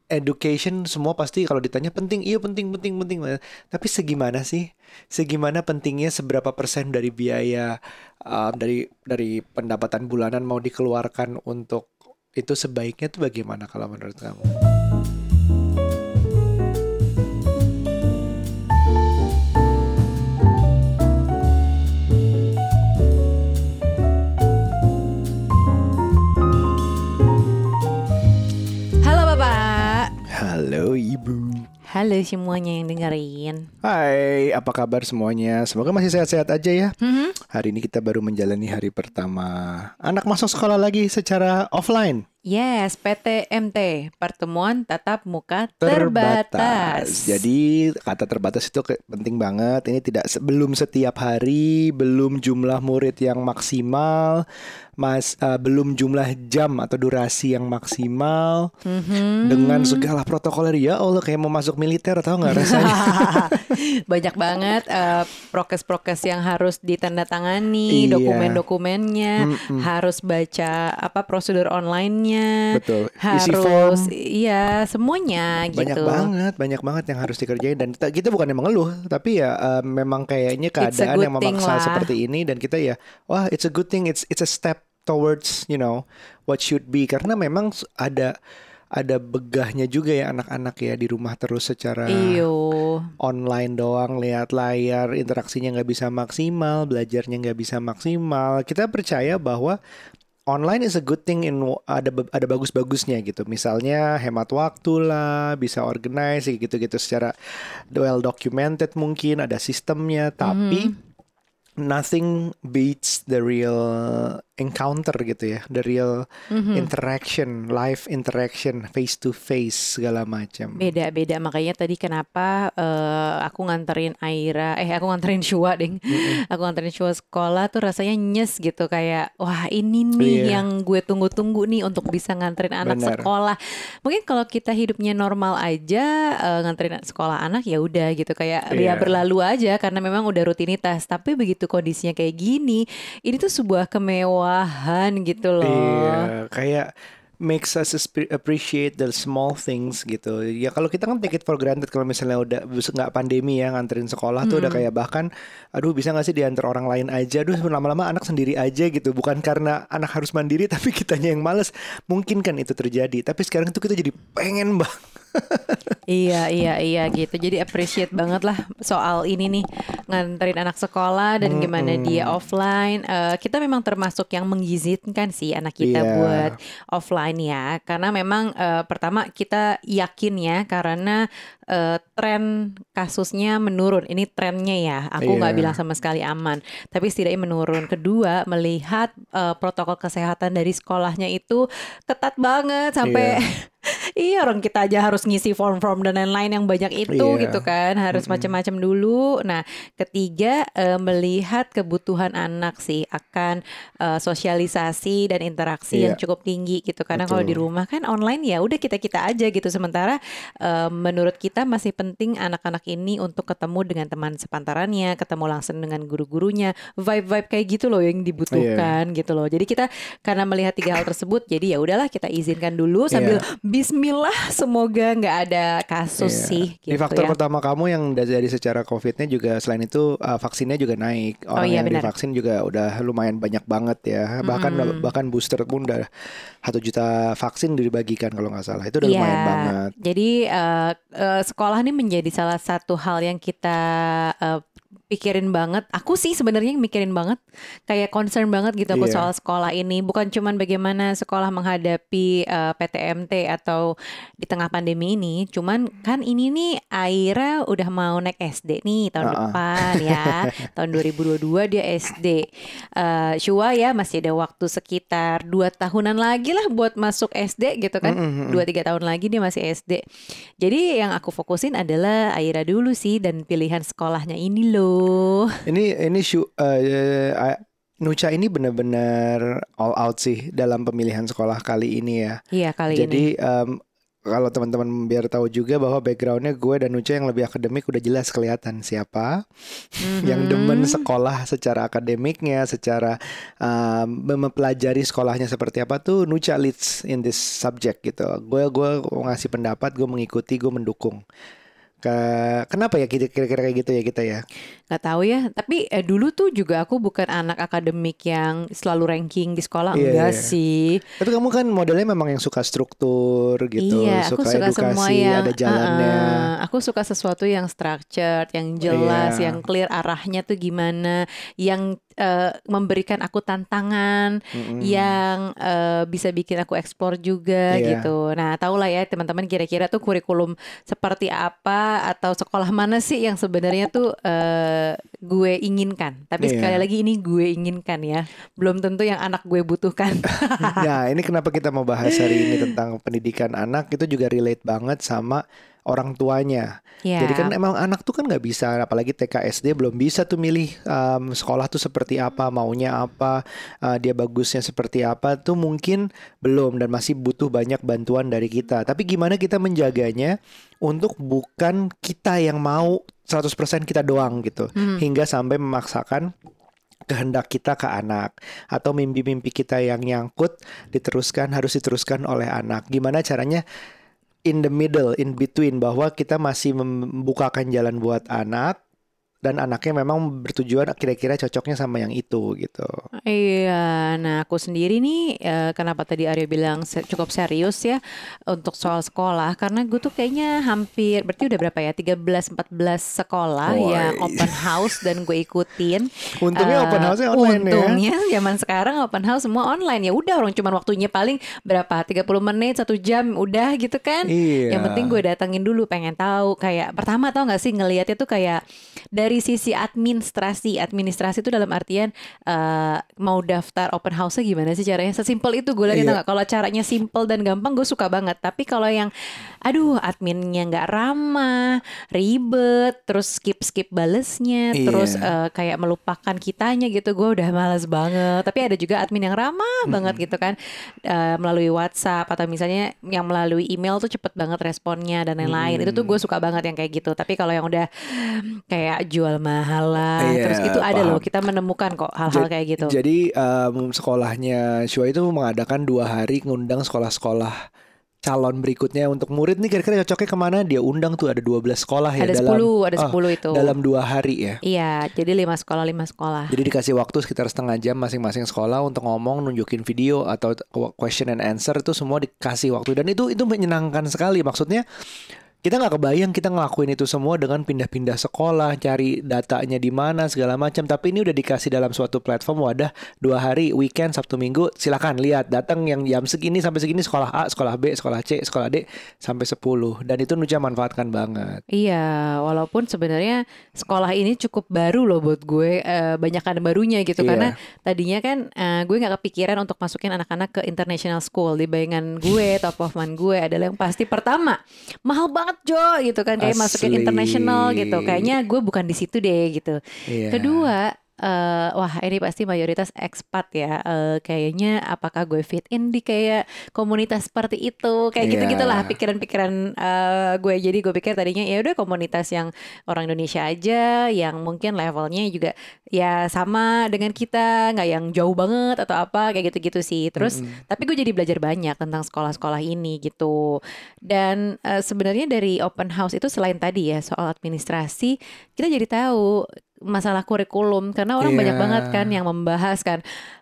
education semua pasti kalau ditanya penting, iya penting penting penting. Tapi segimana sih? Segimana pentingnya seberapa persen dari biaya dari pendapatan bulanan mau dikeluarkan untuk itu sebaiknya tuh bagaimana kalau menurut kamu? Halo Bapak. Halo Ibu. Halo semuanya yang dengerin. Hai, apa kabar semuanya? Semoga masih sehat-sehat aja ya. Mhm. Hari ini kita baru menjalani hari pertama anak masuk sekolah lagi secara offline. Yes, PTMT, Pertemuan Tatap Muka Terbatas. Terbatas. Jadi kata terbatas itu penting banget. Ini tidak belum setiap hari, belum jumlah murid yang maksimal, belum jumlah jam atau durasi yang maksimal. Dengan segala protokoler, ya Allah kayak mau masuk militer, tahu nggak rasanya? Banyak banget prokes-prokes yang harus ditandatangani, Iya. dokumen-dokumennya, harus baca prosedur online-nya, Betul. Isi harus form. iya semuanya Banyak gitu. banget yang harus dikerjain dan kita bukan yang mengeluh, tapi ya memang kayaknya It's a keadaan good yang thing memaksa lah. seperti ini dan kita ya, wah it's a good thing, it's a step towards what should be karena memang ada begahnya juga ya anak-anak ya di rumah terus secara Iyo. online doang, lihat layar, interaksinya nggak bisa maksimal, belajarnya nggak bisa maksimal. Kita percaya bahwa online is a good thing ada bagus-bagusnya gitu. Misalnya hemat waktu lah, bisa organize gitu-gitu secara well documented mungkin, ada sistemnya, tapi nothing beats the real encounter gitu ya, the real interaction, live interaction, face to face segala macam. Beda-beda, makanya tadi kenapa aku nganterin aku nganterin Shua ding. Aku nganterin Shua sekolah tuh rasanya nyes gitu, kayak wah ini nih Iya. yang gue tunggu-tunggu nih untuk bisa nganterin anak Benar. sekolah. Mungkin kalau kita hidupnya normal aja, nganterin sekolah anak ya udah gitu, kayak Iya. ya berlalu aja karena memang udah rutinitas. Tapi begitu kondisinya kayak gini, ini tuh sebuah kemewahan gitu loh. Iya, kayak makes us appreciate the small things gitu. Ya kalau kita kan take it for granted kalau misalnya udah nggak pandemi ya nganterin sekolah tuh udah kayak bahkan, aduh bisa nggak sih diantar orang lain aja, aduh lama-lama anak sendiri aja gitu. Bukan karena anak harus mandiri tapi kitanya yang males. Mungkin kan itu terjadi. Tapi sekarang tuh kita jadi pengen banget. Iya gitu. Jadi appreciate banget lah soal ini nih, nganterin anak sekolah dan gimana dia offline. Kita memang termasuk yang mengizinkan sih anak kita Iya. buat offline ya, karena memang pertama kita yakin ya karena tren kasusnya menurun. Ini trennya ya. Aku nggak Iya. bilang sama sekali aman, tapi setidaknya menurun. Kedua, melihat protokol kesehatan dari sekolahnya itu ketat banget sampai iya, orang kita aja harus ngisi form-form dan lain-lain yang banyak itu Iya. gitu kan, harus macam-macam dulu. Nah, ketiga melihat kebutuhan anak sih akan sosialisasi dan interaksi yang Iya. cukup tinggi gitu. Karena kalau di Betul. rumah kan online ya udah kita-kita aja gitu. Sementara menurut kita masih penting anak-anak ini untuk ketemu dengan teman sepantarannya, ketemu langsung dengan guru-gurunya, vibe-vibe kayak gitu loh yang dibutuhkan gitu loh. Jadi kita karena melihat tiga hal tersebut, jadi ya udahlah kita izinkan dulu sambil Bismillah, semoga nggak ada kasus Iya. sih Di gitu faktor ya. pertama kamu yang dari secara COVID-nya juga selain itu vaksinnya juga naik. Orang iya, yang benar. divaksin juga udah lumayan banyak banget ya. Bahkan booster pun udah 1 juta vaksin dibagikan kalau nggak salah. Itu udah lumayan banget. Jadi sekolah ini menjadi salah satu hal yang kita pikirin banget. Aku sih sebenarnya yang mikirin banget, kayak concern banget gitu aku Iya. soal sekolah ini. Bukan cuman bagaimana sekolah menghadapi PTMT atau di tengah pandemi ini. Cuman kan ini nih Aira udah mau naik SD nih tahun depan ya. Tahun 2022 dia SD. Shua ya masih ada waktu sekitar 2 tahunan lagi lah buat masuk SD gitu kan. 2-3 tahun lagi dia masih SD. Jadi yang aku fokusin adalah Aira dulu sih dan pilihan sekolahnya ini loh. Ini Nucha ini benar-benar all out sih dalam pemilihan sekolah kali ini ya. Iya kali Jadi ini. kalau teman-teman biar tahu juga bahwa backgroundnya gue dan Uca yang lebih akademik udah jelas kelihatan siapa yang demen sekolah secara akademiknya, secara mempelajari sekolahnya seperti apa tuh Nucha leads in this subject gitu. Gue ngasih pendapat, gue mengikuti, gue mendukung. Kenapa ya kira-kira kayak gitu ya kita ya? Gak tahu ya, tapi dulu tuh juga aku bukan anak akademik yang selalu ranking di sekolah, enggak sih. Tapi kamu kan modelnya memang yang suka struktur gitu, Iya, aku suka edukasi, semua yang ada jalannya. aku suka sesuatu yang structured, yang jelas, yang clear arahnya tuh gimana, yang memberikan aku tantangan, yang bisa bikin aku eksplor juga gitu. Nah, tahulah ya teman-teman kira-kira tuh kurikulum seperti apa atau sekolah mana sih yang sebenarnya tuh gue inginkan. Tapi sekali lagi ini gue inginkan ya, belum tentu yang anak gue butuhkan. Nah, ini kenapa kita mau bahas hari ini tentang pendidikan anak, itu juga relate banget sama orang tuanya. Jadi kan emang anak tuh kan nggak bisa, apalagi TK SD belum bisa tuh milih sekolah tuh seperti apa, maunya apa, dia bagusnya seperti apa tuh mungkin belum dan masih butuh banyak bantuan dari kita. Tapi gimana kita menjaganya untuk bukan kita yang mau 100% kita doang gitu, hingga sampai memaksakan kehendak kita ke anak, atau mimpi-mimpi kita yang nyangkut harus diteruskan oleh anak. Gimana caranya in the middle, in between, bahwa kita masih membukakan jalan buat anak dan anaknya memang bertujuan kira-kira cocoknya sama yang itu gitu. Iya, nah aku sendiri nih kenapa tadi Arya bilang cukup serius ya untuk soal sekolah, karena gue tuh kayaknya hampir, berarti udah berapa ya, 13-14 sekolah yang open house dan gue ikutin. Untungnya open house-nya online ya. Untungnya zaman sekarang open house semua online, ya udah orang cuman waktunya paling berapa, 30 menit, 1 jam udah gitu kan. Yang penting gue datengin dulu, pengen tahu kayak pertama, tau gak sih ngelihatnya tuh kayak dari sisi administrasi itu dalam artian mau daftar open house-nya gimana sih caranya, sesimpel itu gue lihat. Kalau caranya simple dan gampang gue suka banget, tapi kalau yang aduh adminnya nggak ramah, ribet, terus skip balesnya, terus kayak melupakan kitanya gitu, gue udah males banget. Tapi ada juga admin yang ramah banget gitu kan, melalui WhatsApp atau misalnya yang melalui email tuh cepet banget responnya dan lain-lain. Itu tuh gue suka banget yang kayak gitu. Tapi kalau yang udah kayak jual mahal lah, terus itu ada loh, kita menemukan kok hal-hal kayak gitu. Jadi sekolahnya Shua itu mengadakan 2 hari ngundang sekolah-sekolah calon berikutnya untuk murid nih, kira-kira cocoknya kemana, dia undang tuh ada 12 sekolah ya, ada 10 itu dalam 2 hari ya. Iya, jadi 5 sekolah. Jadi dikasih waktu sekitar setengah jam masing-masing sekolah untuk ngomong, nunjukin video atau question and answer, itu semua dikasih waktu, dan itu menyenangkan sekali. Maksudnya kita nggak kebayang kita ngelakuin itu semua dengan pindah-pindah sekolah, cari datanya di mana segala macam. Tapi ini udah dikasih dalam suatu platform wadah, 2 hari, weekend, Sabtu Minggu, silakan lihat, datang yang jam segini sampai segini, sekolah A, sekolah B, sekolah C, sekolah D sampai 10. Dan itu Nucha manfaatkan banget. Iya, walaupun sebenarnya sekolah ini cukup baru loh buat gue, banyakan barunya gitu. Karena tadinya kan gue nggak kepikiran untuk masukin anak-anak ke international school. Di bayangan gue, top of mind gue adalah yang pasti pertama, mahal banget Jo gitu kan, kayak masukin international gitu, kayaknya gue bukan di situ deh gitu. Kedua, wah ini pasti mayoritas expat ya, kayaknya apakah gue fit in di kayak komunitas seperti itu, kayak gitu-gitulah pikiran-pikiran gue. Jadi gue pikir tadinya ya udah komunitas yang orang Indonesia aja, yang mungkin levelnya juga ya sama dengan kita, nggak yang jauh banget atau apa kayak gitu-gitu sih. Terus tapi gue jadi belajar banyak tentang sekolah-sekolah ini gitu. Dan sebenarnya dari open house itu selain tadi ya soal administrasi, kita jadi tahu masalah kurikulum, karena orang banyak banget kan yang membahas kan,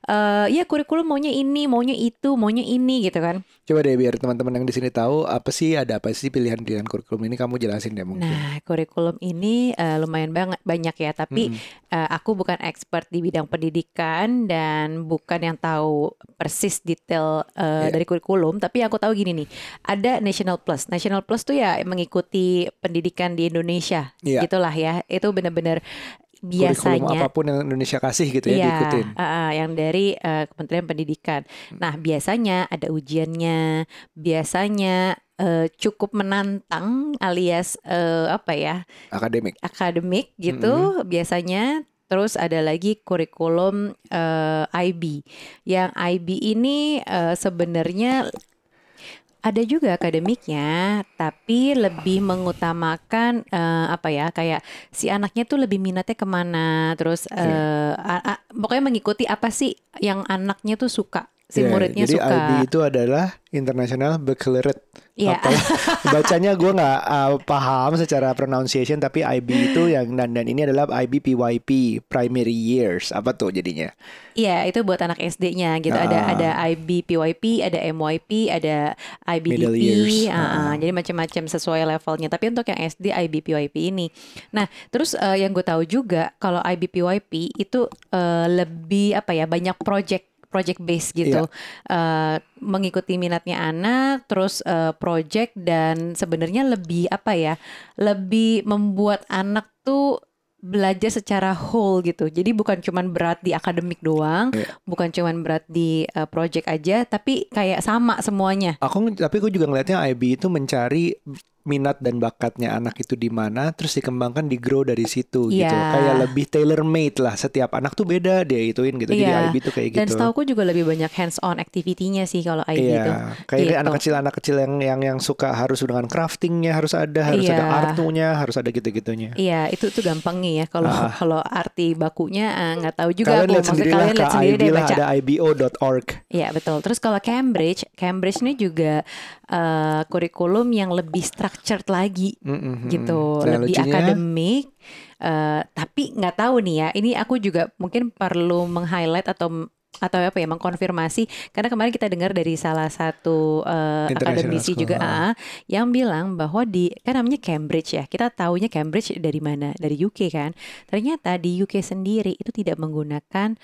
ya kurikulum maunya ini, maunya itu, maunya ini gitu kan. Coba deh biar teman-teman yang di sini tahu ada apa sih pilihan-pilihan kurikulum ini, kamu jelasin deh mungkin. Nah, kurikulum ini lumayan banyak ya, tapi aku bukan expert di bidang pendidikan dan bukan yang tahu persis detail dari kurikulum, tapi aku tahu gini nih, ada National Plus. National Plus tuh ya mengikuti pendidikan di Indonesia, gitulah ya. Itu benar-benar biasanya kurikulum apapun yang Indonesia kasih gitu ya, diikutin. Yang dari Kementerian Pendidikan. Nah, biasanya ada ujiannya, biasanya cukup menantang alias akademik gitu biasanya. Terus ada lagi kurikulum IB. Yang IB ini sebenarnya Ada juga akademiknya, tapi lebih mengutamakan apa ya, kayak si anaknya tuh lebih minatnya kemana, terus Iya. pokoknya mengikuti apa sih yang anaknya tuh suka, si Iya, muridnya jadi IB suka. itu adalah International Baccalaureate. Iya, Apalah bacanya gue nggak paham secara pronunciation, tapi IB itu yang dan ini adalah IB PYP Primary Years. Apa tuh jadinya? iya itu buat anak SD-nya gitu. Ada Ah, IB PYP, ada MYP, ada Middle IBDP, years. jadi macam-macam sesuai levelnya. Tapi untuk yang SD IB PYP ini, nah terus yang gue tahu juga kalau IB PYP itu lebih apa ya, banyak project base Iya, gitu, mengikuti minatnya anak, terus project, dan sebenarnya lebih apa ya, lebih membuat anak tuh belajar secara whole gitu. Jadi bukan cuman berat di akademik doang, iya. bukan cuman berat di project aja, tapi kayak sama semuanya. Tapi aku juga ngelihatnya IB itu mencari minat dan bakatnya anak itu di mana, terus dikembangkan, di grow dari situ Iya, gitu. Kayak lebih tailor made lah. Setiap anak tuh beda dia ituin gitu. Jadi iya. IB tuh kayak Dan gitu. setauku juga lebih banyak hands-on activity-nya sih kalau IB Iya, itu. kayak Gitu. anak kecil yang suka harus dengan craftingnya harus Iya. ada artunya, harus ada gitu-gitunya. Iya, itu gampang nih ya. Kalau Ah, kalau arti bakunya nggak tahu juga kalian aku. lihat Maksudnya sendirilah kalian ke lihat sendiri IB deh lah, baca. ada ibo.org. Iya, betul. Terus kalau Cambridge ini juga kurikulum yang lebih structured lagi gitu, Nah, lebih lucunya, akademik. Tapi nggak tahu nih ya. Ini aku juga mungkin perlu meng-highlight atau apa ya, mengkonfirmasi, karena kemarin kita dengar dari salah satu International akademisi School. juga yang bilang bahwa kan namanya Cambridge ya, kita taunya Cambridge dari mana, dari UK kan. Ternyata di UK sendiri itu tidak menggunakan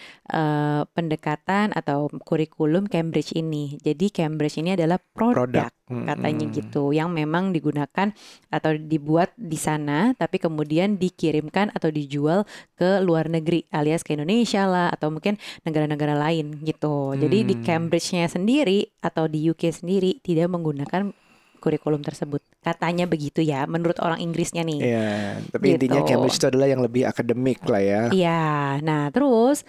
pendekatan atau kurikulum Cambridge ini. Jadi Cambridge ini adalah Produk. produk katanya gitu, yang memang digunakan atau dibuat di sana, tapi kemudian dikirimkan atau dijual ke luar negeri, alias ke Indonesia lah, atau mungkin negara-negara lain gitu. Jadi di Hmm, Cambridge-nya sendiri atau di UK sendiri tidak menggunakan kurikulum tersebut. Katanya begitu ya, menurut orang Inggrisnya nih. ya, tapi intinya Gitu. Cambridge itu adalah yang lebih akademik lah ya. Iya, nah terus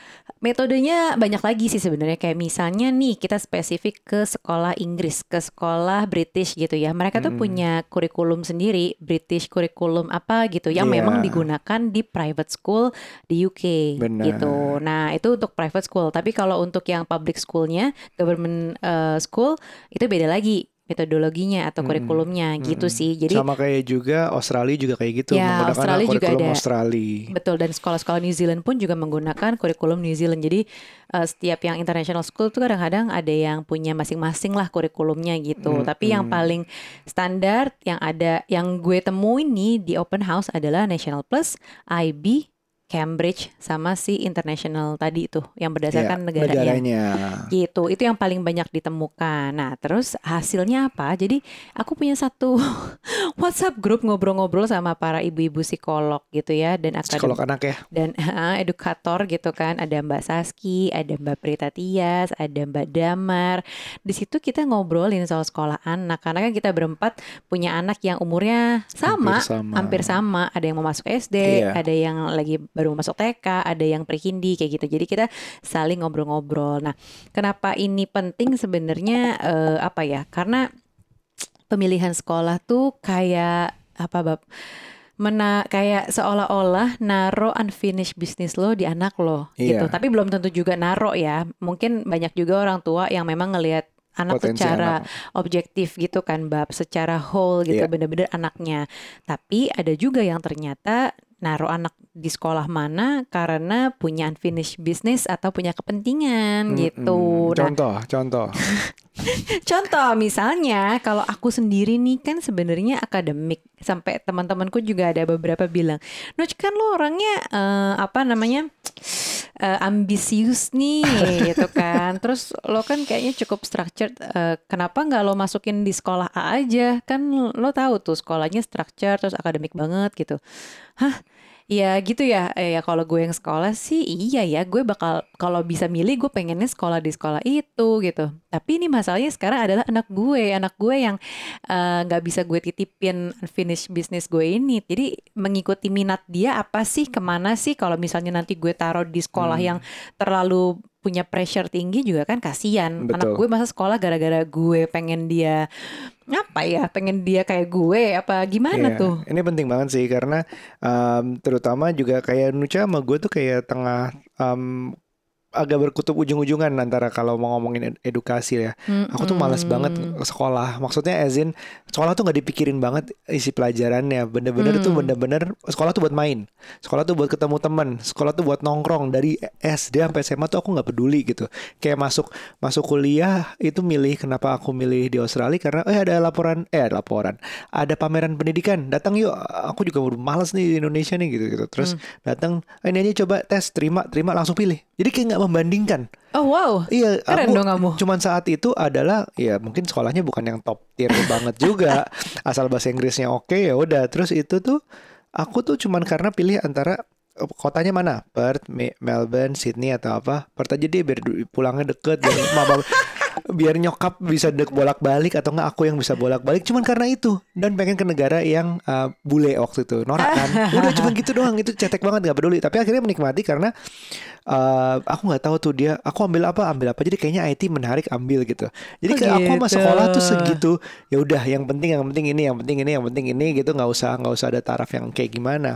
metodenya banyak lagi sih sebenarnya. Kayak misalnya nih kita spesifik ke sekolah Inggris, ke sekolah British gitu ya. Mereka tuh Mm-mm. punya kurikulum sendiri, British kurikulum apa gitu, yang memang Iya, digunakan di private school di UK gitu. benar. Nah itu untuk private school. Tapi kalau untuk yang public schoolnya, government school, itu beda lagi metodologinya atau Mm-mm. kurikulumnya gitu Mm-mm. sih. Jadi Sama kayak juga Australia juga kayak gitu, ya menggunakan Australia juga kurikulum ada. Australia. Betul, dan sekolah-sekolah New Zealand pun juga menggunakan kurikulum New Zealand. Jadi setiap yang international school tuh kadang-kadang ada yang punya masing-masing lah kurikulumnya gitu. Tapi yang Mm-mm. paling standar yang ada, yang gue temuin nih di open house adalah National Plus, IB, Cambridge, sama si international tadi tuh yang Ya, berdasarkan negaranya. negaranya. Gitu, itu yang paling banyak ditemukan. Nah, terus hasilnya apa? Jadi aku punya satu WhatsApp grup ngobrol-ngobrol sama para ibu-ibu psikolog gitu ya, dan Psikolog anak ya. dan edukator gitu kan. Ada Mbak Saski, ada Mbak Prita Tias, ada Mbak Damar. Di situ kita ngobrolin soal sekolah anak, karena kan kita berempat punya anak yang umurnya Hampir sama, sama. hampir sama. Ada yang mau masuk SD, Iya. ada yang lagi baru masuk TK, ada yang pre-kindi kayak gitu. Jadi kita saling ngobrol-ngobrol. Nah, kenapa ini penting sebenarnya, apa ya? Karena pemilihan sekolah tuh kayak apa, Bab? Kayak seolah-olah naro unfinished business lo di anak lo gitu. Iya, Tapi belum tentu juga naro ya. Mungkin banyak juga orang tua yang memang ngelihat anak potensi secara anak. objektif gitu kan, Bab, secara whole gitu, Iya. bener-bener anaknya. Tapi ada juga yang ternyata naruh anak di sekolah mana karena punya unfinished business atau punya kepentingan gitu. Mm-mm. Nah, Contoh. contoh misalnya kalau aku sendiri nih kan sebenarnya akademik, sampai teman-temanku juga ada beberapa bilang, Noj kan lo orangnya apa namanya, ambisius nih gitu kan, terus lo kan kayaknya cukup structured, kenapa nggak lo masukin di sekolah A aja, kan lo tahu tuh sekolahnya structured terus akademik banget gitu. Hah? Ya gitu ya, ya kalau gue yang sekolah sih iya ya, gue bakal kalau bisa milih gue pengennya sekolah di sekolah itu gitu. Tapi ini masalahnya sekarang adalah anak gue yang nggak bisa gue titipin unfinished business gue ini. Jadi mengikuti minat dia apa sih, kemana sih, kalau misalnya nanti gue taruh di sekolah yang Hmm. terlalu punya pressure tinggi juga kan kasihan. Anak Betul. gue masa sekolah gara-gara gue pengen dia pengen dia kayak gue apa gimana Iya, tuh? ini penting banget sih karena terutama juga kayak Nucha sama gue tuh kayak tengah agak berkutub ujung-ujungan antara kalau mau ngomongin edukasi ya. Aku tuh malas banget sekolah. Maksudnya as in sekolah tuh nggak dipikirin banget isi pelajarannya. Bener-bener sekolah tuh buat main. Sekolah tuh buat ketemu teman. Sekolah tuh buat nongkrong dari SD sampai SMA tuh aku nggak peduli gitu. Kayak masuk kuliah itu milih kenapa aku milih di Australia karena ada laporan. Ada pameran pendidikan. Datang yuk. Aku juga udah malas nih di Indonesia nih gitu. Terus datang ini aja coba tes terima langsung pilih. Jadi kayak nggak membandingkan. Oh wow, Iya, keren aku dong kamu. cuman saat itu adalah ya mungkin sekolahnya bukan yang top tier banget juga. Asal bahasa Inggrisnya oke ya udah. Terus itu tuh aku tuh cuman karena pilih antara kotanya mana? Perth, Melbourne, Sydney atau apa? Perth aja deh biar pulangnya deket dan biar nyokap bisa bolak-balik atau enggak aku yang bisa bolak-balik cuman karena itu dan pengen ke negara yang bule waktu itu norak kan udah cuman gitu doang itu cetek banget nggak peduli tapi akhirnya menikmati karena aku nggak tahu tuh aku ambil apa jadi kayaknya IT menarik ambil gitu jadi kayak aku sama Gitu. sekolah tuh segitu ya udah yang penting ini gitu nggak usah ada taraf yang kayak gimana.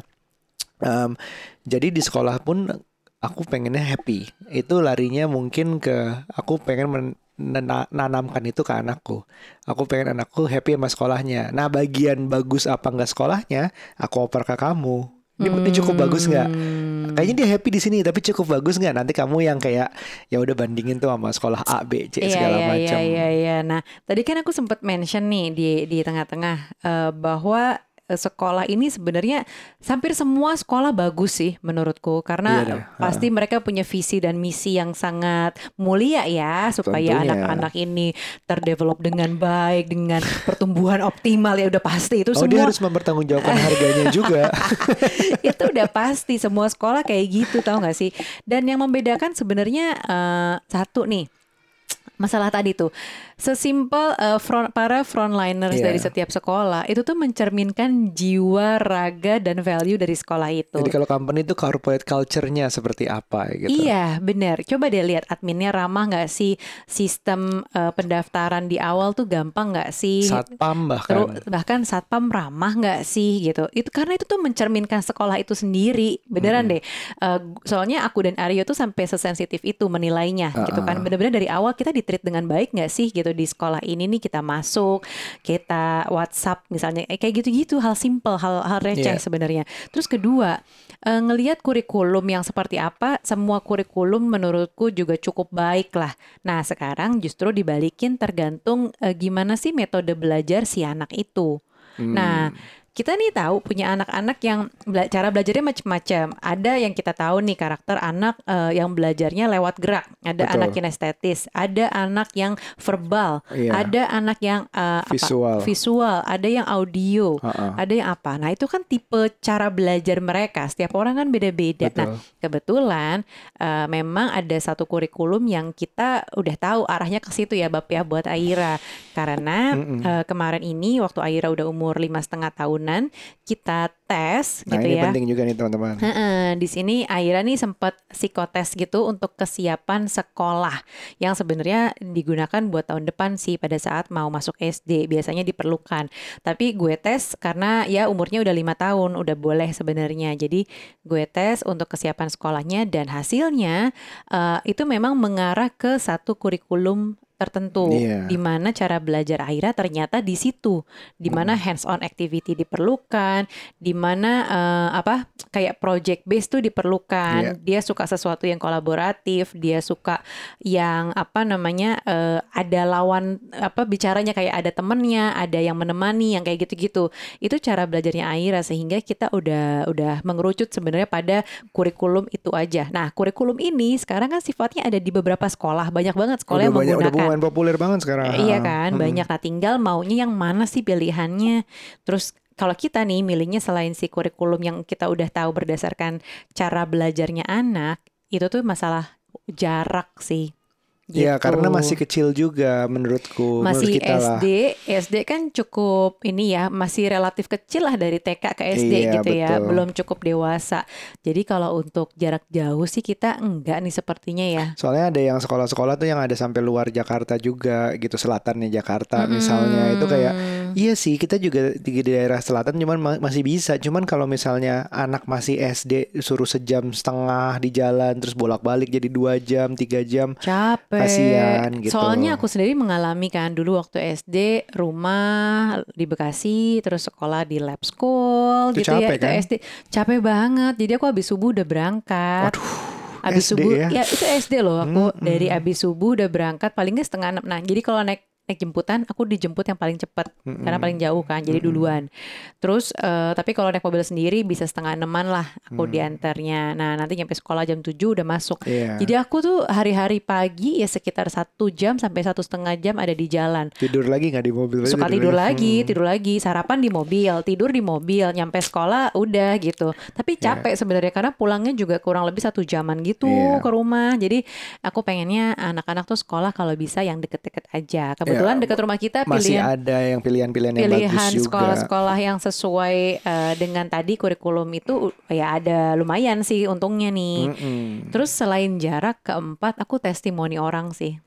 Jadi di sekolah pun aku pengennya happy. Itu larinya mungkin ke aku pengen menanamkan itu ke anakku. Aku pengen anakku happy sama sekolahnya. Nah, bagian bagus apa enggak sekolahnya, aku oper ke kamu. Ini cukup bagus nggak? Kayaknya dia happy di sini, tapi cukup bagus nggak? Nanti kamu yang kayak ya udah bandingin tuh sama sekolah A, B, C segala macam. Iya. Nah, tadi kan aku sempat mention nih di tengah-tengah bahwa sekolah ini sebenarnya hampir semua sekolah bagus sih menurutku karena Iya deh. pasti mereka punya visi dan misi yang sangat mulia ya supaya Tentunya. anak-anak ini terdevelop dengan baik dengan pertumbuhan optimal ya udah pasti itu Dia semua harus mempertanggungjawabkan harganya juga. itu udah pasti semua sekolah kayak gitu tahu nggak sih dan yang membedakan sebenarnya satu nih masalah tadi tuh sesimpel para frontliners dari setiap sekolah itu tuh mencerminkan jiwa, raga dan value dari sekolah itu. Jadi kalau company itu corporate culture-nya seperti apa gitu. Iya, benar. Coba deh lihat adminnya ramah nggak sih? Sistem pendaftaran di awal tuh gampang nggak sih? Satpam bahkan. Bahkan satpam ramah nggak sih gitu. Itu karena itu tuh mencerminkan sekolah itu sendiri. Beneran deh. Soalnya aku dan Aryo tuh sampai sesensitif itu menilainya gitu kan. Bener-bener dari awal kita ditreat dengan baik nggak sih gitu di sekolah ini nih kita masuk, kita WhatsApp misalnya kayak gitu-gitu hal simple, hal receh sebenarnya. Terus kedua, ngelihat kurikulum yang seperti apa, semua kurikulum menurutku juga cukup baik lah. Nah, sekarang justru dibalikin tergantung gimana sih metode belajar si anak itu. Nah, kita nih tahu punya anak-anak yang cara belajarnya macam-macam. Ada yang kita tahu nih karakter anak yang belajarnya lewat gerak. Ada anak kinestetis, ada anak yang verbal, ada anak yang visual, ada yang audio, ada yang apa. Nah, itu kan tipe cara belajar mereka. Setiap orang kan beda-beda. Nah, kebetulan memang ada satu kurikulum yang kita udah tahu arahnya ke situ ya, Bab ya buat Aira. Karena kemarin ini waktu Aira udah umur 5,5 tahun kita tes nah, gitu ini ya. penting juga nih teman-teman. Di sini Aira nih sempat psikotes gitu untuk kesiapan sekolah yang sebenarnya digunakan buat tahun depan sih pada saat mau masuk SD biasanya diperlukan. Tapi gue tes karena ya umurnya udah 5 tahun udah boleh sebenarnya. Jadi gue tes untuk kesiapan sekolahnya dan hasilnya itu memang mengarah ke satu kurikulum tertentu di mana cara belajar Aira ternyata di situ, di mana hands-on activity diperlukan, di mana kayak project based tuh diperlukan. Dia suka sesuatu yang kolaboratif, dia suka yang ada lawan bicaranya kayak ada temennya, ada yang menemani yang kayak gitu-gitu. Itu cara belajarnya Aira sehingga kita udah mengerucut sebenarnya pada kurikulum itu aja. Nah, kurikulum ini sekarang kan sifatnya ada di beberapa sekolah, banyak banget sekolah yang menggunakan. Udah populer banget sekarang. Iya kan, banyak. Nah, tinggal maunya yang mana sih pilihannya. Terus kalau kita nih milihnya selain si kurikulum yang kita udah tahu berdasarkan cara belajarnya anak, itu tuh masalah jarak sih. Ya, gitu. karena masih kecil juga menurut Masih kita lah. SD kan cukup ini ya, masih relatif kecil lah dari TK ke SD Iya, gitu ya, betul. belum cukup dewasa. Jadi kalau untuk jarak jauh sih kita enggak nih sepertinya ya. Soalnya ada yang sekolah-sekolah tuh yang ada sampai luar Jakarta juga gitu, selatannya Jakarta misalnya. Itu kayak, Mm-mm. iya sih kita juga di daerah selatan cuman masih bisa. Cuman kalau misalnya anak masih SD suruh sejam setengah di jalan terus bolak-balik jadi 2 jam, 3 jam, Capek. kasihan Soalnya gitu. aku sendiri mengalami kan dulu waktu SD rumah di Bekasi, terus sekolah di lab school Itu gitu ya. capek Itu kan? SD capek banget. Jadi aku habis subuh udah berangkat. Waduh, Habis SD subuh ya. ya itu SD loh aku dari Mm-mm. habis subuh udah berangkat paling nggak setengah 6. Nah, jadi kalau naik naik jemputan aku dijemput yang paling cepat karena paling Mm-mm. jauh kan jadi Mm-mm. duluan. Terus tapi kalau naik mobil sendiri bisa setengah 6-an lah aku Hmm. diantarnya. Nah, nanti nyampe sekolah jam 7 udah masuk. Iya. Jadi aku tuh hari-hari pagi ya sekitar 1 jam sampai 1,5 jam ada di jalan. Tidur lagi nggak di mobil? Berarti Suka tidur lagi. tidur lagi, sarapan di mobil, tidur di mobil, nyampe sekolah udah gitu. Tapi Iya. capek sebenarnya karena pulangnya juga kurang lebih 1 jaman gitu Iya. ke rumah. Jadi aku pengennya anak-anak tuh sekolah kalau bisa yang deket-deket aja. Ya, Kebetulan dekat rumah kita masih pilihan ada yang pilihan-pilihan yang bagus pilihan juga. sekolah-sekolah yang sesuai dengan tadi kurikulum itu ya ada lumayan sih untungnya nih. Mm-mm. Terus selain jarak keempat aku testimoni orang sih.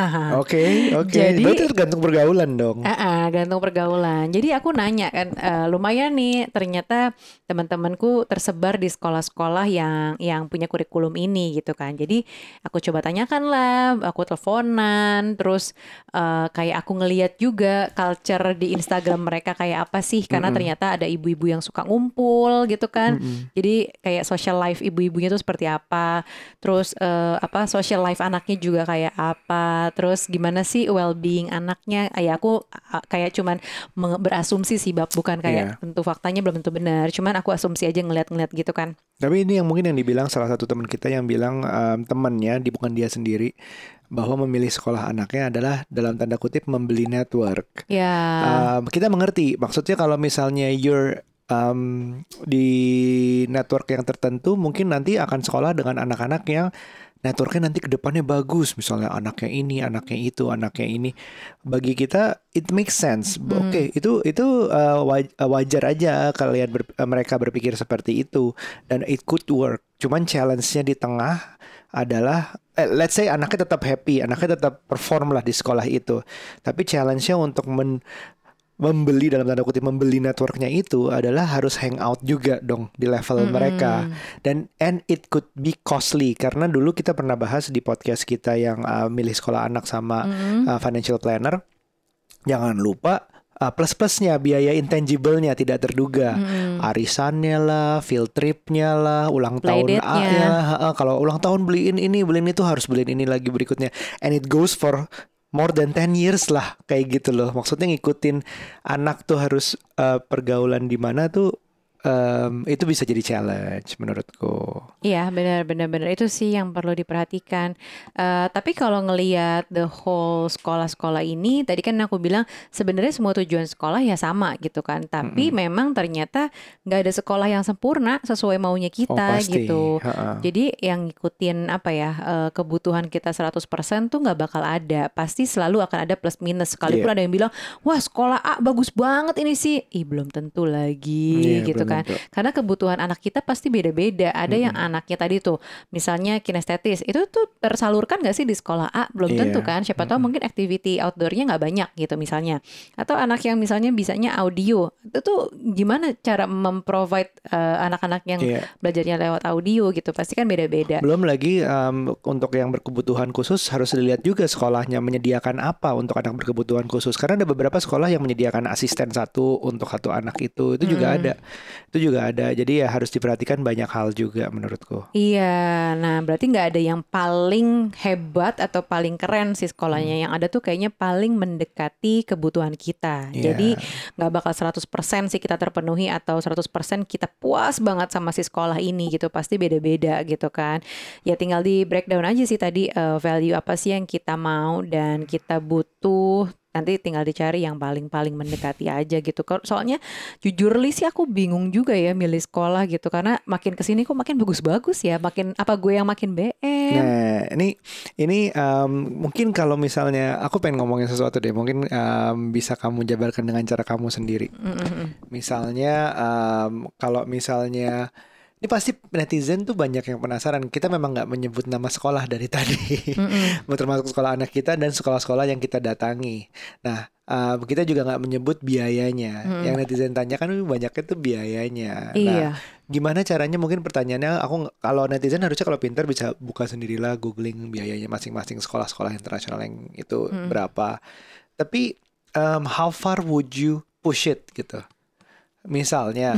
Oke, oke. Berarti Jadi tergantung pergaulan dong. gantung pergaulan. Jadi aku nanya kan, lumayan nih ternyata teman-temanku tersebar di sekolah-sekolah yang punya kurikulum ini gitu kan. Jadi aku coba tanyakan lah, aku teleponan, terus kayak aku ngeliat juga culture di Instagram mereka kayak apa sih? Karena Mm-mm. ternyata ada ibu-ibu yang suka ngumpul gitu kan. Mm-mm. Jadi kayak social life ibu-ibunya tuh seperti apa? Terus apa social life anaknya juga kayak apa? Terus gimana sih well-being anaknya? Ya aku kayak cuman berasumsi sih bab bukan kayak Iya. tentu faktanya belum tentu benar. Cuman aku asumsi aja ngeliat-ngeliat gitu kan. Tapi ini yang mungkin yang dibilang salah satu teman kita yang bilang temannya, bukan dia sendiri, bahwa memilih sekolah anaknya adalah dalam tanda kutip membeli network. Ya, Kita mengerti, maksudnya kalau misalnya di network yang tertentu, mungkin nanti akan sekolah dengan anak-anak yang networknya nanti ke depannya bagus, misalnya anaknya ini, anaknya itu, anaknya ini. Bagi kita it makes sense. Oke, itu wajar aja kalian mereka berpikir seperti itu dan it could work. Cuman challenge-nya di tengah adalah let's say anaknya tetap happy, anaknya tetap perform lah di sekolah itu. Tapi challenge-nya untuk membeli dalam tanda kutip membeli networknya itu adalah harus hangout juga dong di level mereka mm-mm. dan and it could be costly karena dulu kita pernah bahas di podcast kita yang milih sekolah anak sama Mm-mm. financial planner, jangan lupa plus-plusnya biaya intangible-nya tidak terduga, Mm-mm. arisannya lah, field tripnya lah, ulang tahun Playdate-nya. A-nya lah. Kalau ulang tahun beliin ini, beliin itu, harus beliin ini lagi berikutnya, and it goes for more than 10 years lah kayak gitu loh. Maksudnya ngikutin anak tuh harus pergaulan di mana tuh itu bisa jadi challenge menurutku. Iya, benar itu sih yang perlu diperhatikan. Tapi kalau ngelihat the whole sekolah-sekolah ini, tadi kan aku bilang sebenarnya semua tujuan sekolah ya sama gitu kan. Tapi Mm-mm. memang ternyata nggak ada sekolah yang sempurna sesuai maunya Oh kita pasti. gitu. Ha-ha. Jadi yang ngikutin apa ya kebutuhan kita 100% tuh nggak bakal ada. Pasti selalu akan ada plus minus. Sekalipun Iya. ada yang bilang, wah sekolah A bagus banget ini sih. Ih belum tentu lagi Iya, gitu belum kan. tentu. Karena kebutuhan anak kita pasti beda-beda. Ada yang Mm-mm. anaknya tadi tuh, misalnya kinestetis, itu tuh tersalurkan nggak sih di sekolah A? Belum tentu Iya. kan. Siapa tahu Mm-mm. mungkin activity outdoornya nggak banyak gitu misalnya. Atau anak yang misalnya bisanya audio, itu tuh gimana cara memprovide anak-anak yang Iya. belajarnya lewat audio gitu? Pasti kan beda-beda. Belum lagi untuk yang berkebutuhan khusus harus dilihat juga sekolahnya menyediakan apa untuk anak berkebutuhan khusus. Karena ada beberapa sekolah yang menyediakan asisten satu untuk satu anak itu juga ada. Mm-mm. Itu juga ada. Jadi ya harus diperhatikan banyak hal juga menurutku. Iya, nah berarti nggak ada yang paling hebat atau paling keren sih sekolahnya. Yang ada tuh kayaknya paling mendekati kebutuhan kita. Jadi Iya. nggak bakal 100% sih kita terpenuhi atau 100% kita puas banget sama si sekolah ini gitu. Pasti beda-beda gitu kan. Ya tinggal di breakdown aja sih tadi value apa sih yang kita mau dan kita butuh. nanti tinggal dicari yang paling mendekati aja gitu. Soalnya jujur Li sih aku bingung juga ya milih sekolah gitu, karena makin kesini kok makin bagus-bagus ya, makin apa gue yang makin BM. Nah, ini mungkin kalau misalnya aku pengen ngomongin sesuatu deh, mungkin bisa kamu jabarkan dengan cara kamu sendiri. Misalnya kalau misalnya ini pasti netizen tuh banyak yang penasaran. Kita memang nggak menyebut nama sekolah dari tadi, termasuk sekolah anak kita dan sekolah-sekolah yang kita datangi. Nah, kita juga nggak menyebut biayanya. Yang netizen tanyakan banyaknya tuh biayanya. Nah, Iya. gimana caranya? Mungkin pertanyaannya, kalau netizen harusnya kalau pintar bisa buka sendirilah, googling biayanya masing-masing sekolah-sekolah internasional yang itu berapa. Tapi how far would you push it gitu? Misalnya,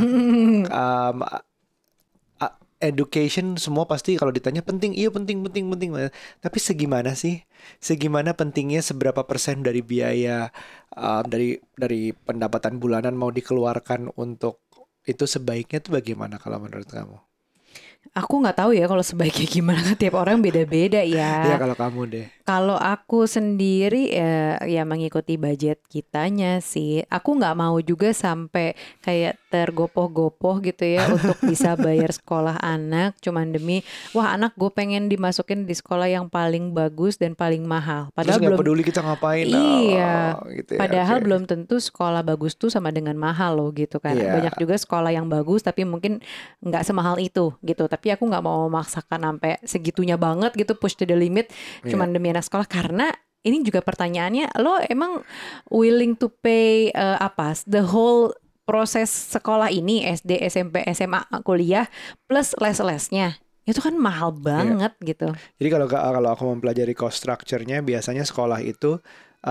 education semua pasti kalau ditanya penting, iya penting. Tapi segimana sih? Segimana pentingnya, seberapa persen dari biaya dari pendapatan bulanan mau dikeluarkan untuk itu, sebaiknya tuh bagaimana kalau menurut kamu? Aku nggak tahu ya kalau sebaiknya gimana, kan tiap orang beda-beda Ya ya. kalau kamu deh. Kalau aku sendiri ya mengikuti budget kitanya sih. Aku nggak mau juga sampai kayak tergopoh-gopoh gitu ya untuk bisa bayar sekolah anak cuman demi wah anak gue pengen dimasukin di sekolah yang paling bagus dan paling mahal. Terus Padahal nggak belum. peduli kita ngapain. Iya. Gitu ya. Padahal Oke. belum tentu sekolah bagus tuh sama dengan mahal loh gitu kan. Iya. Banyak juga sekolah yang bagus tapi mungkin nggak semahal itu gitu. Tapi aku nggak mau memaksakan sampai segitunya banget gitu, push to the limit cuman demi anak sekolah. Karena ini juga pertanyaannya, lo emang willing to pay the whole proses sekolah ini, SD, SMP, SMA, kuliah plus les-lesnya? Itu kan mahal banget gitu. Jadi kalau aku mempelajari cost structure-nya, biasanya sekolah itu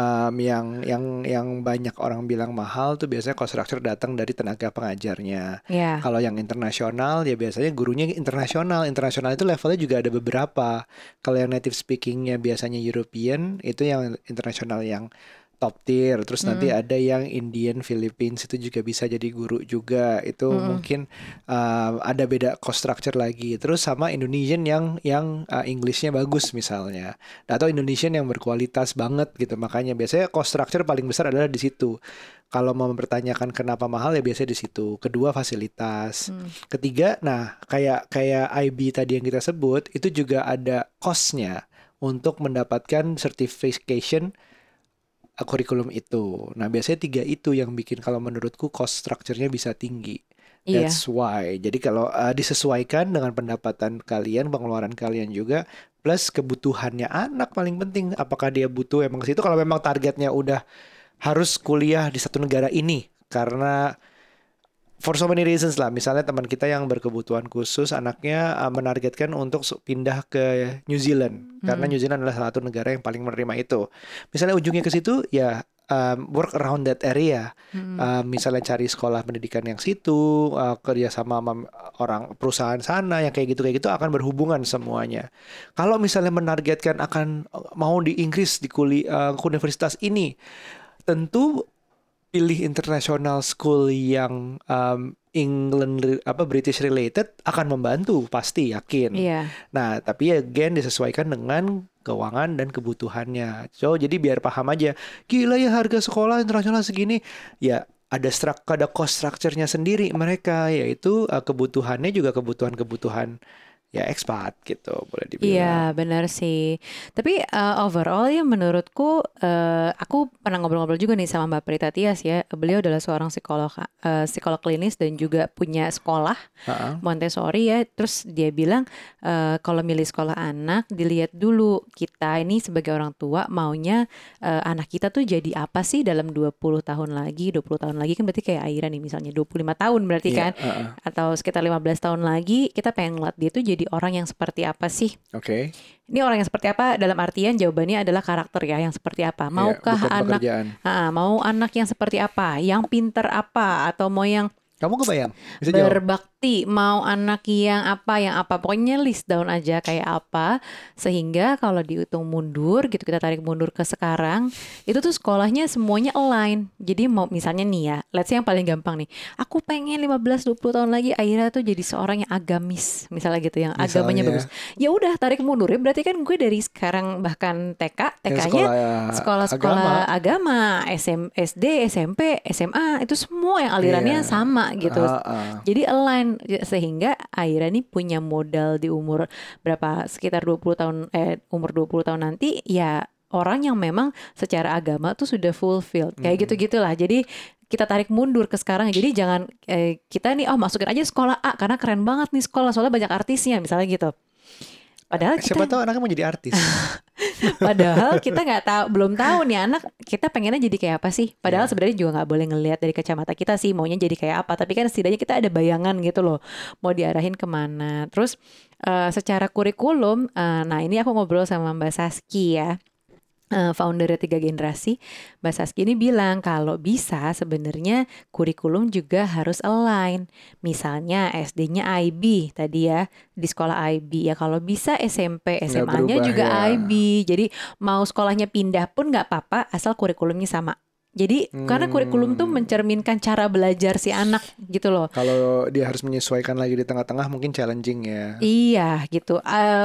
yang banyak orang bilang mahal tuh biasanya cost structure datang dari tenaga pengajarnya. Ya. Kalau yang internasional ya biasanya gurunya internasional. Internasional itu levelnya juga ada beberapa. Kalau yang native speakingnya biasanya European, itu yang internasional yang top tier. Terus nanti ada yang Indian, Philippines, itu juga bisa jadi guru juga. Itu mungkin ada beda cost structure lagi. Terus sama Indonesian yang Englishnya bagus misalnya, atau Indonesian yang berkualitas banget gitu. Makanya biasanya cost structure paling besar adalah di situ. Kalau mau mempertanyakan kenapa mahal ya biasanya di situ. Kedua, fasilitas. Ketiga, nah kayak IB tadi yang kita sebut, itu juga ada cost-nya untuk mendapatkan certification kurikulum itu. Nah, biasanya 3 itu yang bikin kalau menurutku cost structure-nya bisa tinggi. Iya. That's why. Jadi kalau disesuaikan dengan pendapatan kalian, pengeluaran kalian juga, plus kebutuhannya anak paling penting. Apakah dia butuh emang ke situ? Kalau memang targetnya udah harus kuliah di satu negara ini, karena for so many reasons lah. Misalnya teman kita yang berkebutuhan khusus, anaknya menargetkan untuk pindah ke New Zealand. Karena New Zealand adalah salah satu negara yang paling menerima itu. Misalnya ujungnya ke situ, ya work around that area. Misalnya cari sekolah pendidikan yang situ, kerja sama orang perusahaan sana, yang kayak gitu akan berhubungan semuanya. Kalau misalnya menargetkan akan mau di Inggris, di universitas ini, tentu pilih international school yang British related akan membantu, pasti, yakin. Iya. Nah, tapi again disesuaikan dengan keuangan dan kebutuhannya. So, jadi biar paham aja, gila ya harga sekolah internasional segini. Ya, ada cost structure-nya sendiri mereka, yaitu kebutuhannya juga kebutuhan ya expat gitu, boleh dibilang. Iya, benar sih. Tapi overall ya menurutku, aku pernah ngobrol-ngobrol juga nih sama Mbak Prita Tias ya. Beliau adalah seorang psikolog klinis dan juga punya sekolah Montessori ya. Terus dia bilang kalau milih sekolah anak, dilihat dulu kita ini sebagai orang tua maunya anak kita tuh jadi apa sih dalam 20 tahun lagi. 20 tahun lagi kan berarti kayak Aira nih misalnya 25 tahun berarti kan. Atau sekitar 15 tahun lagi kita pengen ngeliat dia tuh jadi orang yang seperti apa sih? Oke. Ini orang yang seperti apa dalam artian jawabannya adalah karakter ya, yang seperti apa? Maukah bukan anak pekerjaan. mau anak yang seperti apa? Yang pinter apa? Atau mau yang Kamu kebayang? Bisa jawab? Berbakti, mau anak yang apa, pokoknya list down aja kayak apa, sehingga kalau dihitung mundur gitu, kita tarik mundur ke sekarang, itu tuh sekolahnya semuanya align. Jadi mau misalnya nih ya, let's say yang paling gampang nih, aku pengen 15-20 tahun lagi Aira tuh jadi seorang yang agamis, misalnya gitu, yang agamanya bagus. Misalnya Ya udah tarik mundur ya, berarti kan gue dari sekarang bahkan yang TK-nya sekolah agama. sekolah-sekolah agama, SD, SMP, SMA, itu semua yang alirannya Iya. sama gitu. Ah. Jadi align sehingga Aira nih punya modal di umur berapa, sekitar 20 tahun, umur 20 tahun nanti ya, orang yang memang secara agama tuh sudah fulfilled kayak Mm-mm. gitu-gitulah. Jadi kita tarik mundur ke sekarang. Jadi jangan kita nih masukin aja sekolah A karena keren banget nih sekolah soalnya banyak artisnya misalnya gitu. Padahal Siapa kita tahu anaknya mau jadi artis. Padahal kita nggak tahu, belum tahu nih anak kita pengennya jadi kayak apa sih. Padahal Iya. sebenarnya juga nggak boleh ngelihat dari kacamata kita sih maunya jadi kayak apa. Tapi kan setidaknya kita ada bayangan gitu loh, mau diarahin kemana. Terus secara kurikulum, nah ini aku ngobrol sama Mbak Saski ya, foundernya Tiga Generasi. Mbak Saski ini bilang kalau bisa sebenarnya kurikulum juga harus align. Misalnya SD-nya IB tadi ya, di sekolah IB ya, kalau bisa SMP Nggak SMA-nya berubah juga ya. IB. Jadi mau sekolahnya pindah pun nggak apa-apa asal kurikulumnya sama. Jadi karena kurikulum tuh Hmm. mencerminkan cara belajar si anak gitu loh. Kalau dia harus menyesuaikan lagi di tengah-tengah mungkin challenging ya. Iya gitu.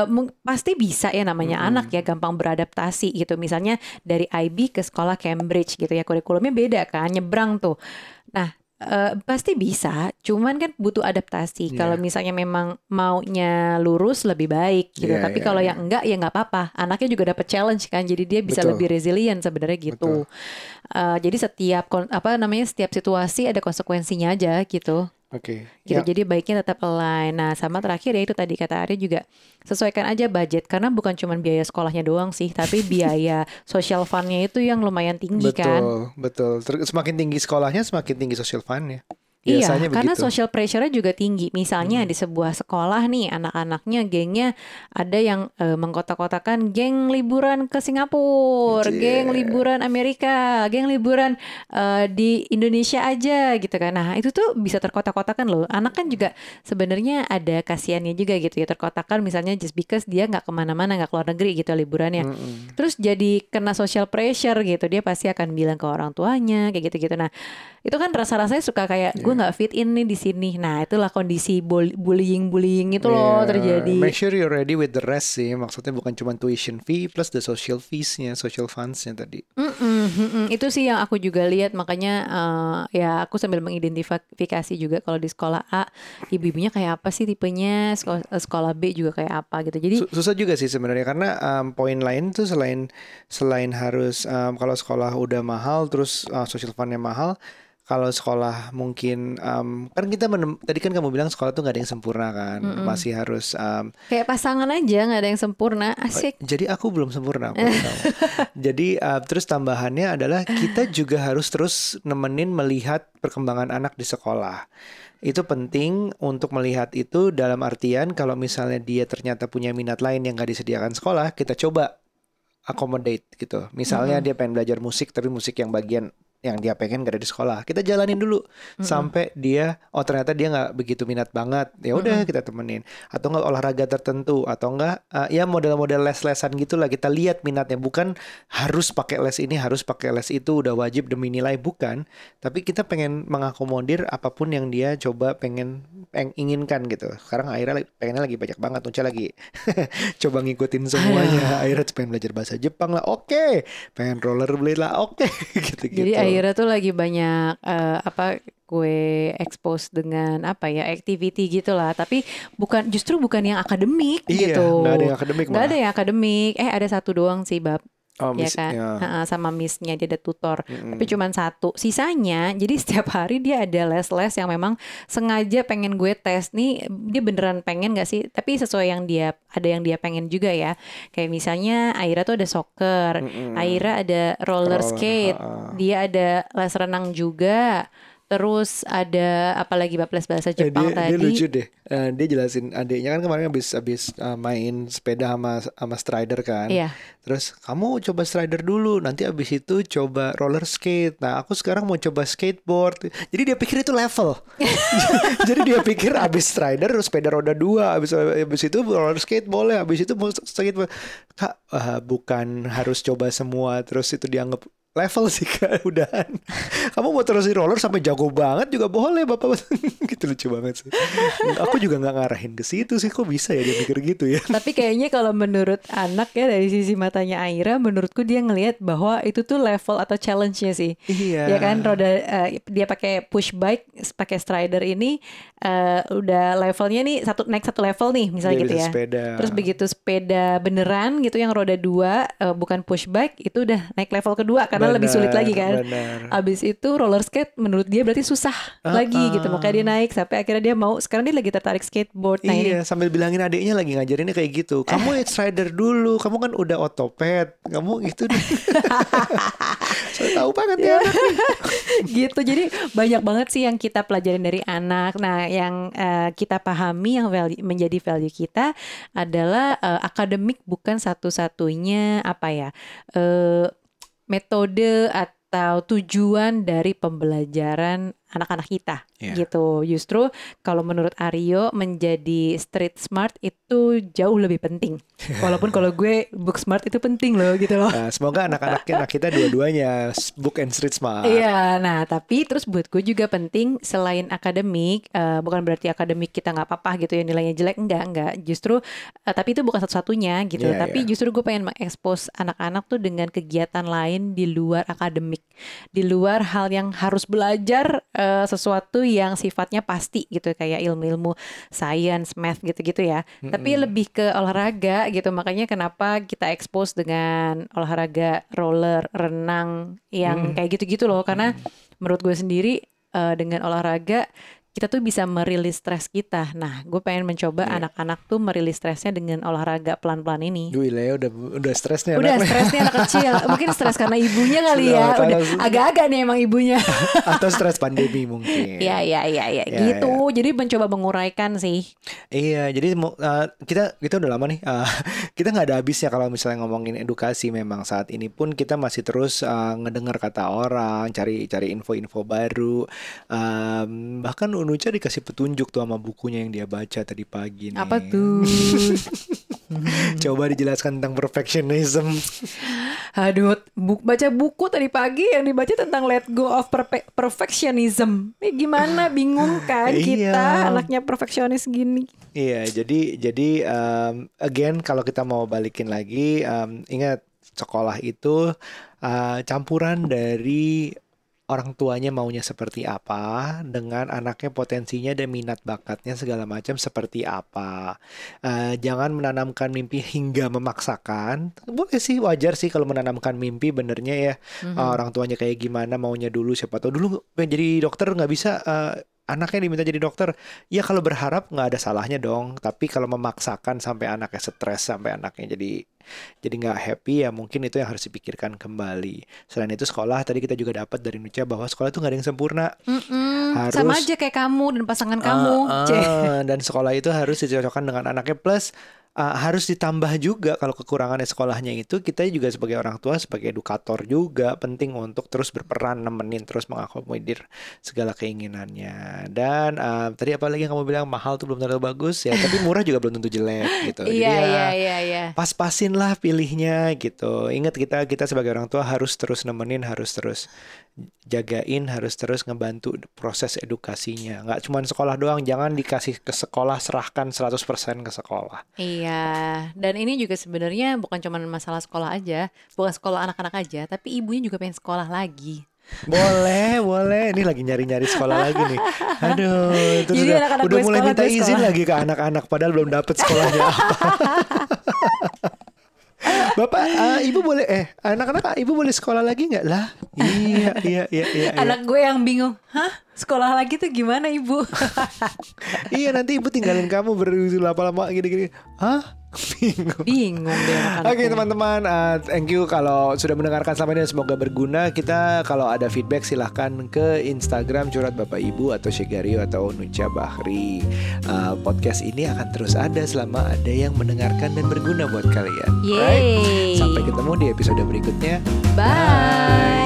Pasti bisa ya, namanya anak Mm-mm. ya, gampang beradaptasi gitu. Misalnya dari IB ke sekolah Cambridge gitu ya, kurikulumnya beda kan, nyebrang tuh. Nah, pasti bisa, cuman kan butuh adaptasi. Kalau Iya. misalnya memang maunya lurus lebih baik gitu. Iya, Tapi iya, kalau iya. yang enggak ya nggak apa-apa. Anaknya juga dapat challenge kan, jadi dia bisa Betul, lebih resilient sebenarnya betul. gitu. Jadi setiap setiap situasi ada konsekuensinya aja gitu Oke. gitu. Ya, Jadi baiknya tetap align. Nah, sama terakhir ya itu tadi kata Arya juga, sesuaikan aja budget karena bukan cuma biaya sekolahnya doang sih, tapi biaya social fund-nya itu yang lumayan tinggi kan. betul, betul. Semakin tinggi sekolahnya, semakin tinggi social fund-nya. Iya, Biasanya karena begitu. social pressure-nya juga tinggi. Misalnya Mm-mm. di sebuah sekolah nih, anak-anaknya, gengnya ada yang mengkotak-kotakan geng liburan ke Singapura, geng Cie. liburan Amerika, geng liburan di Indonesia aja gitu kan. Nah, itu tuh bisa terkotak-kotakan loh. Anak kan juga sebenarnya ada kasihannya juga gitu ya, terkotakan misalnya just because dia nggak kemana-mana, nggak keluar negeri gitu liburannya. Mm-mm. Terus jadi kena social pressure gitu, dia pasti akan bilang ke orang tuanya kayak gitu-gitu. Nah, itu kan rasa-rasanya suka kayak gue Iya. nggak fit in nih di sini. Nah, itulah kondisi bullying itu Iya, loh terjadi. make sure you're ready with the rest sih. Maksudnya bukan cuma tuition fee plus the social fees-nya, social funds-nya tadi. Itu sih yang aku juga lihat, makanya ya aku sambil mengidentifikasi juga kalau di sekolah A ibu-ibunya kayak apa sih tipenya, sekolah B juga kayak apa gitu. Jadi Susah juga sih sebenarnya karena poin lain tuh selain selain harus kalau sekolah udah mahal terus social fund-nya mahal. Kalau sekolah mungkin kan kita tadi kan kamu bilang sekolah tuh nggak ada yang sempurna kan, mm-mm. masih harus Kayak pasangan aja nggak ada yang sempurna, asik. jadi aku belum sempurna buat kamu. Jadi terus tambahannya adalah kita juga harus terus nemenin melihat perkembangan anak di sekolah. Itu penting untuk melihat itu dalam artian kalau misalnya dia ternyata punya minat lain yang nggak disediakan sekolah, kita coba accommodate gitu. Misalnya Mm-mm, dia pengen belajar musik tapi musik yang bagian yang dia pengen gak ada di sekolah. Kita jalanin dulu mm-mm, sampai dia ternyata dia nggak begitu minat banget. Ya udah mm-mm. kita temenin. Atau enggak olahraga tertentu atau enggak ya model-model les-lesan gitulah kita lihat minatnya, bukan harus pakai les ini, harus pakai les itu udah wajib demi nilai, bukan. Tapi kita pengen mengakomodir apapun yang dia coba inginkan gitu. Sekarang akhirnya pengennya lagi banyak banget, Unca lagi coba ngikutin semuanya. Aduh. Akhirnya pengen belajar bahasa Jepang lah, oke. Pengen rollerblade lah, oke. Jadi Gitu-gitu. akhirnya tuh lagi banyak gue expose dengan apa ya, activity gitulah. Tapi justru bukan yang akademik Iya, gitu. nggak ada yang akademik Nggak ada malah. yang akademik. Ada satu doang sih bab. Oh, Ya miss, kan. ya. Sama missnya dia ada tutor. Tapi Mm-mm. cuman satu. Sisanya jadi setiap hari dia ada les-les yang memang sengaja pengen gue tes nih. Dia beneran pengen gak sih? Tapi sesuai yang dia pengen juga ya. Kayak misalnya Aira tuh ada soccer, Mm-mm. Aira ada roller Roller, skate, dia ada les renang juga. Terus ada apalagi les bahasa Jepang Dia tadi. lucu deh. Dia jelasin adiknya kan kemarin habis main sepeda sama Strider kan. Iya. Terus kamu coba Strider dulu, nanti abis itu coba roller skate. Nah aku sekarang mau coba skateboard. Jadi dia pikir itu level. Jadi dia pikir abis Strider sepeda roda 2, abis itu roller skate boleh, abis itu mau skateboard. Kak, bukan harus coba semua terus itu dianggap level sih Kak, udahan. Kamu mau terusin roller sampai jago banget juga boleh Bapak. Gitu lucu banget sih. Aku juga gak ngarahin ke situ sih, kok bisa ya dia mikir gitu ya. Tapi kayaknya kalau menurut anak ya dari sisi matanya Aira, menurutku dia ngelihat bahwa itu tuh level atau challenge-nya sih. Iya. Ya kan dia pakai push bike, pakai Strider ini udah levelnya nih naik satu level nih misalnya Dia gitu bisa ya. sepeda. Terus begitu sepeda beneran gitu yang roda 2 bukan push bike itu udah naik level kedua karena lebih sulit lagi kan. Abis itu roller skate menurut dia berarti susah lagi gitu. Makanya dia naik sampai akhirnya dia mau, sekarang dia lagi tertarik skateboard. Nah Iya, ini sambil bilangin adiknya lagi ngajarinnya kayak gitu. Kamu Strider dulu, kamu kan udah otopet. Kamu gitu deh. Saya tahu banget ya. gitu. Jadi banyak banget sih yang kita pelajarin dari anak. Nah, yang kita pahami yang menjadi value kita adalah akademik bukan satu-satunya metode atau tujuan dari pembelajaran anak-anak kita gitu. Justru kalau menurut Aryo menjadi street smart itu jauh lebih penting. Walaupun kalau gue book smart itu penting loh gitu loh. Semoga anak kita dua-duanya book and street smart. Iya, nah tapi terus buat gue juga penting selain akademik, bukan berarti akademik kita nggak apa-apa gitu ya nilainya jelek, enggak. Justru tapi itu bukan satu-satunya gitu. Tapi justru gue pengen mengekspos anak-anak tuh dengan kegiatan lain di luar akademik, di luar hal yang harus belajar sesuatu yang sifatnya pasti gitu kayak ilmu-ilmu science, math gitu-gitu ya. Tapi lebih ke olahraga gitu. Makanya kenapa kita expose dengan olahraga roller, renang yang kayak gitu-gitu loh. Karena menurut gue sendiri dengan olahraga kita tuh bisa merilis stres kita. Nah, gue pengen mencoba anak-anak tuh merilis stresnya dengan olahraga pelan-pelan ini. Duh, Lea udah stresnya. Udah stresnya anak kecil. Mungkin stres karena ibunya kali ya. Udah agak-agak nih emang ibunya. Atau stres pandemi mungkin. Iya. Gitu. Jadi mencoba menguraikan sih. Iya, jadi kita udah lama nih. Kita nggak ada habisnya kalau misalnya ngomongin edukasi. Memang saat ini pun kita masih terus ngedengar kata orang, cari info-info baru. Bahkan Unuca dikasih petunjuk tuh sama bukunya yang dia baca tadi pagi nih. Apa tuh? Coba dijelaskan tentang perfectionism. Aduh, baca buku tadi pagi yang dibaca tentang let go of perfectionism. Ini gimana, bingung kan kita anaknya perfeksionis gini. Iya, jadi again kalau kita mau balikin lagi, ingat sekolah itu campuran dari orang tuanya maunya seperti apa dengan anaknya potensinya dan minat bakatnya segala macam seperti apa. Jangan menanamkan mimpi hingga memaksakan. Boleh sih, wajar sih kalau menanamkan mimpi, benernya ya. Orang tuanya kayak gimana maunya dulu, siapa tahu dulu pengen jadi dokter nggak bisa, anaknya diminta jadi dokter. Ya kalau berharap nggak ada salahnya dong. Tapi kalau memaksakan sampai anaknya stres, sampai anaknya jadi nggak happy, ya mungkin itu yang harus dipikirkan kembali. Selain itu sekolah, tadi kita juga dapat dari Nucha bahwa sekolah itu nggak ada yang sempurna. Harus sama aja kayak kamu dan pasangan kamu. Dan sekolah itu harus dicocokkan dengan anaknya, plus harus ditambah juga kalau kekurangannya sekolahnya itu, kita juga sebagai orang tua, sebagai edukator juga penting untuk terus berperan, nemenin, terus mengakomodir segala keinginannya. Dan tadi apa lagi yang kamu bilang, mahal tuh belum tentu bagus ya, tapi murah juga belum tentu jelek gitu. Jadi pas-pasin lah pilihnya gitu. Ingat kita sebagai orang tua harus terus nemenin, harus terus jagain, harus terus ngebantu proses edukasinya. Nggak cuma sekolah doang, jangan dikasih ke sekolah, serahkan 100% ke sekolah. Iya, dan ini juga sebenarnya bukan cuma masalah sekolah aja, bukan sekolah anak-anak aja, tapi ibunya juga pengen sekolah lagi. Boleh. Ini lagi nyari-nyari sekolah lagi nih. Aduh, terus udah mulai minta izin lagi ke anak-anak, padahal belum dapet sekolahnya apa. Bapak, ibu boleh anak-anak ibu boleh sekolah lagi nggak lah? Iya. Anak gue yang bingung, hah? Sekolah lagi tuh gimana ibu? Iya, nanti ibu tinggalin kamu berlama-lama gini-gini. Hah? Bingung deh anak-anaknya. Oke teman-teman, thank you kalau sudah mendengarkan sampai ini, semoga berguna. Kita kalau ada feedback silahkan ke Instagram Curhat Bapak Ibu atau Syegario atau Nucha Bahri. Podcast ini akan terus ada selama ada yang mendengarkan dan berguna buat kalian. Yeay. Right? Sampai ketemu di episode berikutnya. Bye.